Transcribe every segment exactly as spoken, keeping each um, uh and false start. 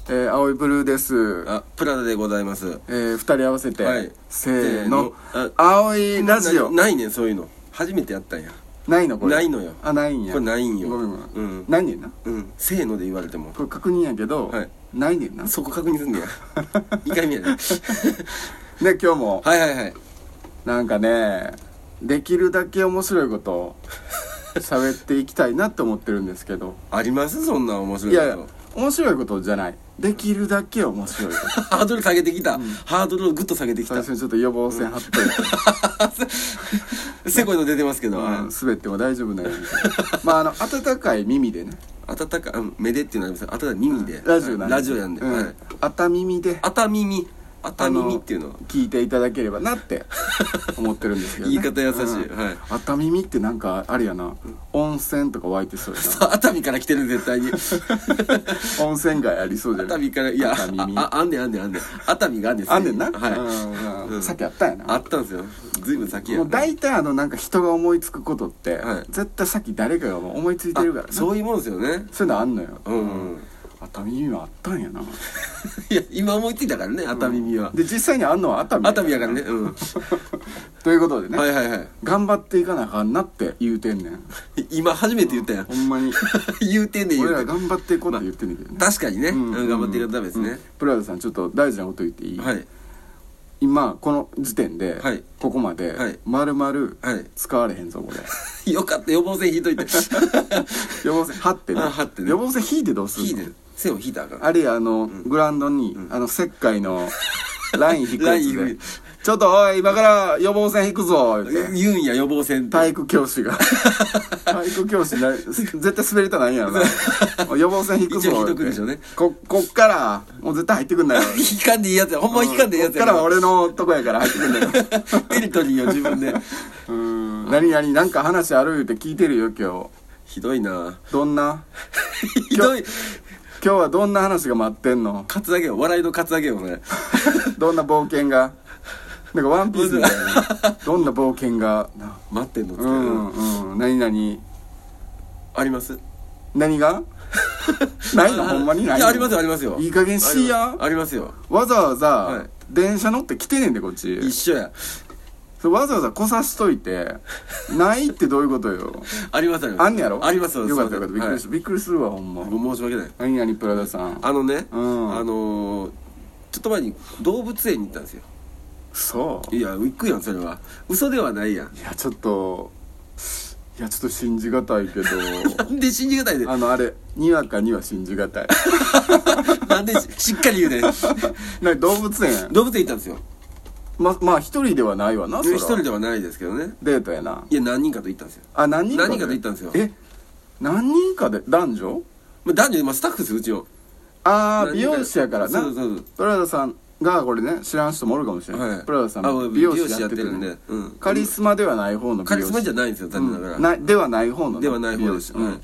えー、青いブルーです。 あ、プラダでございます。 えー、二人合わせて、はい、せーの、 あ、 青いラジオ。 な, ないねん、そういうの。初めてやったんや。 ないのこれ。 ないのよ。 あ、ないんや。 これないんよ。 ごめんごめん。 うん。 ないねんな。 うん。せーので言われても。 これ確認やけど、はい、ないねんな。 そこ確認すんねや。にかいめやね。 ね、今日も。 はいはいはい。 なんかね、できるだけ面白いことを喋っていきたいなって思ってるんですけど。 ありますそんな面白いこと。いやいや、 面白いことじゃない。できるだけ面白いこと。 ハードル下げてきた、うん、ハードルをグッと下げてきた。 最初にちょっと予防線張っといてせこいの出てますけど、 うん、滑っても大丈夫なようにまああの温かい耳でね、 温かい目でっていうのあります。温かい耳で、 ラジオなんで、 ラジオやんで、うん、はい、 あた耳で、 あた耳あた耳っていうのを聞いていただければなって思ってるんですけど、ね、 言い方優しい、うん、はい。 あた耳ってなんかあれやな、うん、温泉とか湧いてそうやな。 熱海から来てる絶対に温泉街ありそうじゃない。 熱海から、いや、あ、あんねんあんねんあんねん、熱海があんねん、 あんねんな、 はい、 うんうん、さっきあったんやな。 あったんですよ、ずいぶん先や。 もう大体あのなんか人が思いつくことって、はい、絶対さっき誰かが思いついてるからね。 そういうもんですよね。 そういうのあんのよ。 うん、うん、 熱海耳はあったんやな。 いや今思いついたからね、熱海耳は、うん、 で実際にあんのは熱海熱海やからね、うんということでね、 はいはいはい、 頑張っていかなあかんなって言うてんねん。 今初めて言ったやん、 ほんまに言うてんねん。 俺ら頑張っていこうって言ってんねんけどね、 まあ、確かにね、うんうん、頑張っていかないとダメですね、うん、 プラダさんちょっと大事なこと言っていい？ はい。 今この時点で、はい、ここまで、 はい、 丸々使われへんぞこれよかった、予防線引いといて予防線貼ってね、 貼ってね、 予防線引いてどうするの？ 引いて線を引いたらあかん。 あれや、あの、うん、グラウンドに、うん、あの石灰のライン引くやつでちょっとおい今から予防線引くぞって言うんや、予防線って。 体育教師が体育教師な絶対滑りたないんやろな予防線引くぞって。 一応引いとくんでしょうね。 ここっからもう絶対入ってくんなよ引かんでいいやつや、ほんま引かんでいいやつや、 こっからは俺のとこやから入ってくんなよテリトリーを自分でうーん、何々なんか話ある言うて聞いてるよ今日。 ひどいな。 どんなひどい。 今日はどんな話が待ってんの？ カツアゲよ、笑いのカツアゲよねどんな冒険がなんかワンピースみたいなどんな冒険が待ってんのって。 うんうん、何々 あります？ 何がないの？ほんまにないの？ いや、ありますよありますよ。 いい加減しや。 ありますよ。 わざわざ、はい、電車乗って来てねんでこっち。 一緒や。 それわざわざ来さしといてないってどういうことよありますあります。 あんねやろ？ ありますよ。 よかったよかった、びっくりした、はい、びっくりするわほんま。 申し訳ない。 何々プラダさん、 あのね、 うん、 あのー、ちょっと前に動物園に行ったんですよ。 そう？ いや行くやん、それは嘘ではないやん。 いやちょっといやちょっと信じがたいけどなんで信じがたいで。 あのあれにわかには信じがたいなんで し, しっかり言うねなん動物園動物園行ったんですよ。 ままあ一人ではないわな。 一人ではないですけどね。 デートやな。 いや何人かと行ったんですよ。 あ、何人かで何人かと行ったんですよ。 え何人かで？男女？ まあ、男女、まあ、スタッフですうちの。 ああ美容師やからな。 そうそうそう。 プラダさんがこれね知らん人もおるかもしれない、はい、プラダさん美容師やってるんで、うん、カリスマではない方の美容師。 カリスマじゃないんですよ残念ながら、うん、 なではない方の、ね、 ではない方です、 うんはい、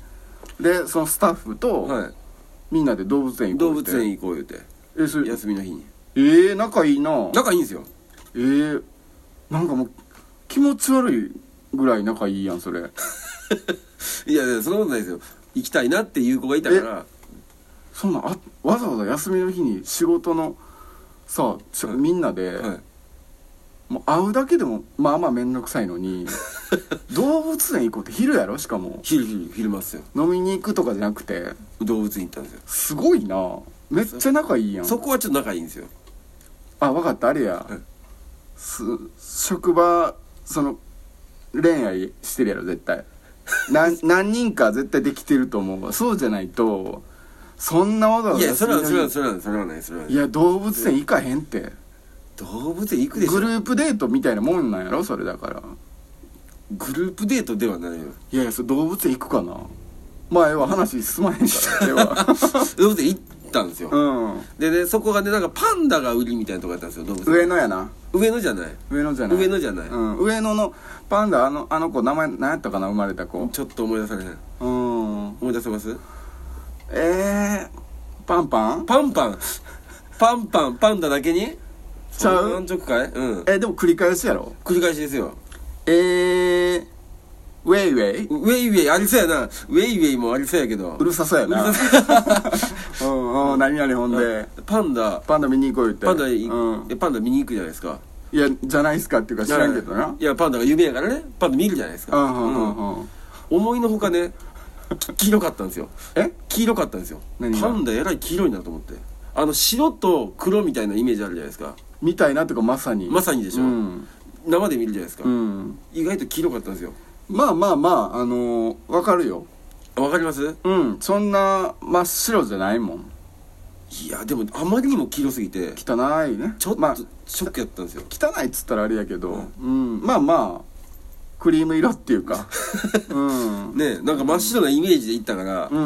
でそのスタッフと、はい、みんなで動物園行こうって。 動物園行こう言うて、えそれ休みの日に。 えー、仲いいな。 仲いいんですよ。 えー、なんかもう気持ち悪いぐらい仲いいやんそれいやいやそんなことないですよ。行きたいなっていう子がいたから。 そんなあわざわざ休みの日に仕事のさあ、はい、みんなで、はい、もう会うだけでもまあまあ面倒くさいのに動物園行こうって昼やろ。しかも昼昼昼ますよ。飲みに行くとかじゃなくて動物園行ったんですよ。 すごいな。めっちゃ仲いいやん。 そ, そこはちょっと仲いいんですよ。 あ分かった。あれや、はい、職場その恋愛してるやろ絶対何, 何人か絶対できてると思うわ。そうじゃないとそんなわざわざ。 いやそれはそれはそれはそれはないそれはない。 いや動物園行かへんって。 動物園行くでしょ。 グループデートみたいなもんなんやろそれ。だからグループデートではないよ。 いやいやそれ動物園行くかな。まあええわ話進まへんからええわ動物園行ったんですよ、 うん、 でねそこがねなんかパンダが売りみたいなとこやったんですよ。動物園上野やな。 上野じゃない上野じゃない上野じゃない、 うん、上野のパンダあのあの子名前何やったかな生まれた子。 ちょっと思い出されへん。 うん思い出せます？ えー、パンパンパンパンパンパンパンダだけにちゃう安直かい。うんえでも繰り返しやろ。 繰り返しですよ。 えーウェイウェイウェイウェイありそうやな。ウェイウェイもありそうやけどうるさそうやなうんうん何何々ほんでパンダパンダ見に行こう言ってパンダ、 うん、 えパンダ見に行くじゃないですか。 いやじゃないっすかっていうか知らんけどな。 いやパンダが有名やからね、パンダ見るじゃないですか。 うんうんうんうん、 思いのほかね黄色かったんですよ。 え黄色かったんですよ。 何がパンダえらい黄色いなと思って、あの白と黒みたいなイメージあるじゃないですか。 みたいなとかまさにまさにでしょ、うん、生で見るじゃないですか、 うん、 意外と黄色かったんですよ。 まあまあまああのー、分かるよ。 わかります？ うん、そんな真っ白じゃないもん。 いやでもあまりにも黄色すぎて汚いね。 ちょっと、まあ、ショックやったんですよ。 汚いっつったらあれやけど、うん、うん、まあまあクリーム色っていうかうんねえなんか真っ白なイメージでいったから、うん、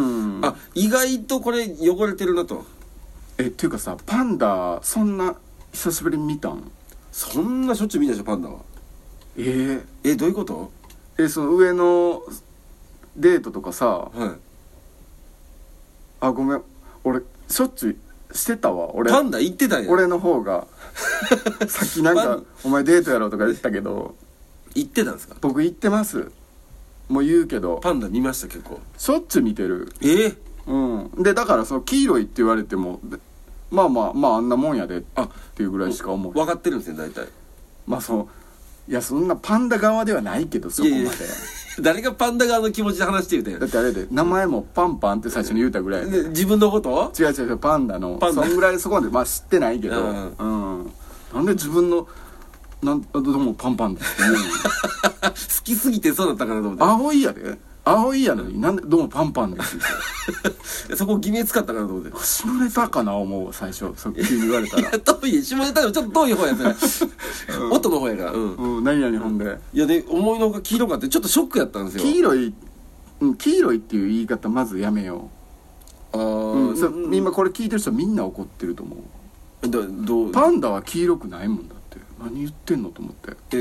あ意外とこれ汚れてるなと。 えっていうかさ、パンダそんな久しぶりに見たん？ そんなしょっちゅう見ないでしょパンダは。 えー、 えどういうこと？ えその上のデートとかさ、はい、あごめん俺しょっちゅうしてたわ。俺パンダ行ってたんや。 俺の方がさっきなんかお前デートやろとか言ってたけど行ってたんですか？ 僕行ってます。もう言うけどパンダ見ました結構。 しょっちゅう見てる。 えー、 うんでだからその黄色いって言われてもまあまあまああんなもんやでっていうぐらいしか思う。 分かってるんですね大体。 まあそういやそんなパンダ側ではないけどそこまで。いやいや誰がパンダ側の気持ちで話して言うてん。 だってあれで名前もパンパンって最初に言うたぐらいで自分のこと？ 違う違う違うパンダのパンダそんぐらいそこまでまあ知ってないけど、うん、うん、なんで自分のなんどうもパンパンって言うの好きすぎてそうだったかなと思って。 青いやで青いやのになんでどうもパンパンですってそこ決めつかったかなと思って。 下ネタかな思う最初そっ急に言われたら。いや遠い下ネタでもちょっと遠い方やったら、うん、音の方やからうん、 うん、何々ほんでいやで思いのほか黄色かってちょっとショックやったんですよ。 黄色い、うん、黄色いっていう言い方まずやめよう。ああ、うん、今これ聞いてる人みんな怒ってると思う。だどうパンダは黄色くないもんだって何言ってんのと思って。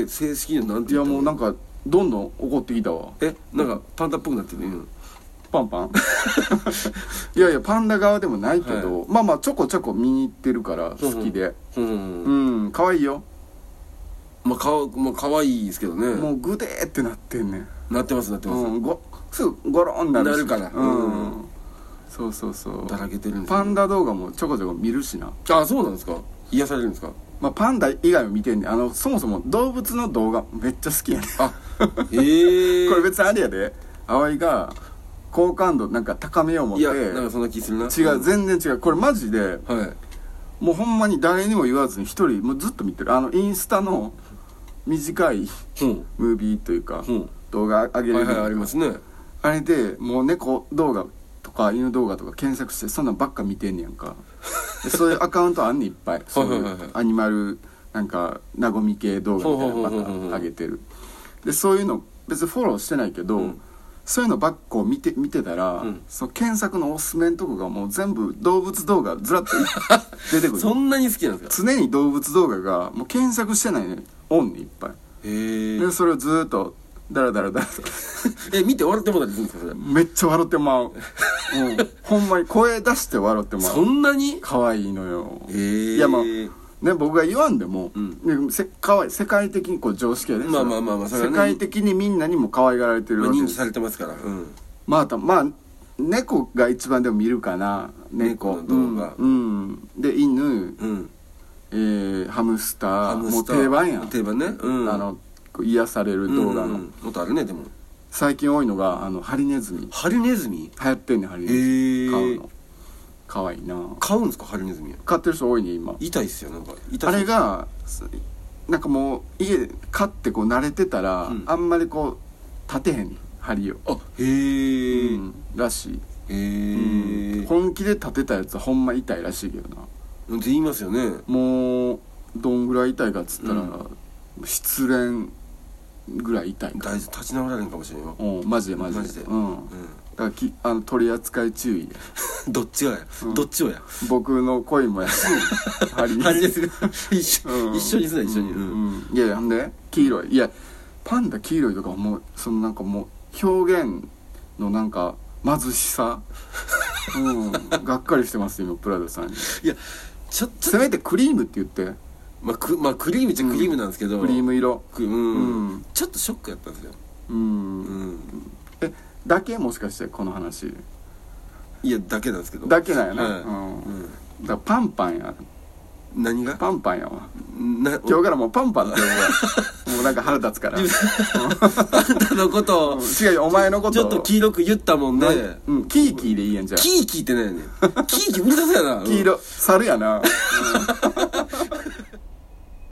え正式には何て言ったの？ いやもうなんかどんどん怒ってきたわ。 えなんかパンダっぽくなってるね、うん、 パンパンいやいやパンダ側でもないけど、はい、まあまあちょこちょこ見に行ってるから好きでうん、うん、かわいいよ。 まあかわ、まあ、かわいいですけどね。 もうグデーってなってんねん。 なってますなってます、うん、 ごすぐゴロンなるしなるからうん、うん、 そうそうそうだらけてるんです、 ね、パンダ動画もちょこちょこ見るしな。 あそうなんですか。癒されるんですか？ まあパンダ以外も見てんねん。あのそもそも動物の動画めっちゃ好きやねん。あえー、 これ別にあれやで葵が好感度なんか高めよう思って。いやなんかそんな気するな。 違う、うん、全然違う。これマジで、はい、もうほんまに誰にも言わずに一人もうずっと見てる。あのインスタの短い、うん、ムービーというか、うん、動画上げる、 はいはい、ありますね。 あれでもう猫動画とか犬動画とか検索してそんなんばっか見てんねやんかでそういうアカウントあんねんいっぱい。そういうアニマルなんか和み系動画みたいなのばっか上げてる。でそういうの別にフォローしてないけど、うん、そういうのばっかを見て見てたら、うん、その検索のおすすめのとこがもう全部動物動画ずらっと出てくるそんなに好きなんですか？ 常に動物動画がもう検索してないねオンにいっぱい。へえ。でそれをずーっとダラダラダラえ見て笑ってもらったりするんですか？それめっちゃ笑ってまう、うん、ほんまに声出して笑ってまう。 そんなに可愛いのよ。 へえ。 いやまあね、僕が言わんでも、うん、せかわい世界的にこう常識やね。 まあまあまあまあ、 世界的にみんなにも可愛がられてるわけです。 認知されてますから、うん、 まあたまあ猫が一番でも見るかな。猫の動画、 うん、うん、で犬、うんえー、ハムスター、もう定番やん。 定番ね、うん、 あの癒される動画の、うんうん、 もっとあるね。でも最近多いのがあのハリネズミ。 ハリネズミ流行ってんねん。ハリネズミ買うのかわいいな。 買うんですか？ハリネズミ買ってる人多いね今。 痛いっすよなんか痛あれがなんかもう家飼ってこう慣れてたら、うん、あんまりこう立てへん針を。あへえ、うん、らしい。へえ、うん、本気で立てたやつはほんま痛いらしいけどな。 って言いますよね。 もうどんぐらい痛いかっつったら、うん、失恋ぐらい痛いか。 大事立ち直られんかもしれんよ。 うん、マジでマジで。マジでうん、うんだからきあの取り扱い注意どっちがや、うん、どっちをや僕の恋もやしハリネズミ一緒、うん、一緒にすな一緒に、うんうん、いやいやほんで黄色いいやパンダ黄色いとかもうそのなんかもう表現のなんか貧しさうんがっかりしてます今プラダさんに。 いやちょっとせめてクリームって言って。 まあ、くまあクリームっちゃクリームなんですけど、 うん、クリーム色うん、うん、ちょっとショックやったんですよ。うん、うん、 えだけもしかしてこの話。 いやだけなんですけど。 だけなんやな、 うんうん、 だからパンパンや。 何がパンパンやわ。 な今日からもうパンパンって呼ぶわ。もうなんか腹立つから。 あんたのことを違うよ、お前のことちょっと黄色く言ったもんね。 うん、キーキーでいいやんじゃん。 キーキーって何やねん。キーキーうるさそうやな。 黄色、猿やな。うん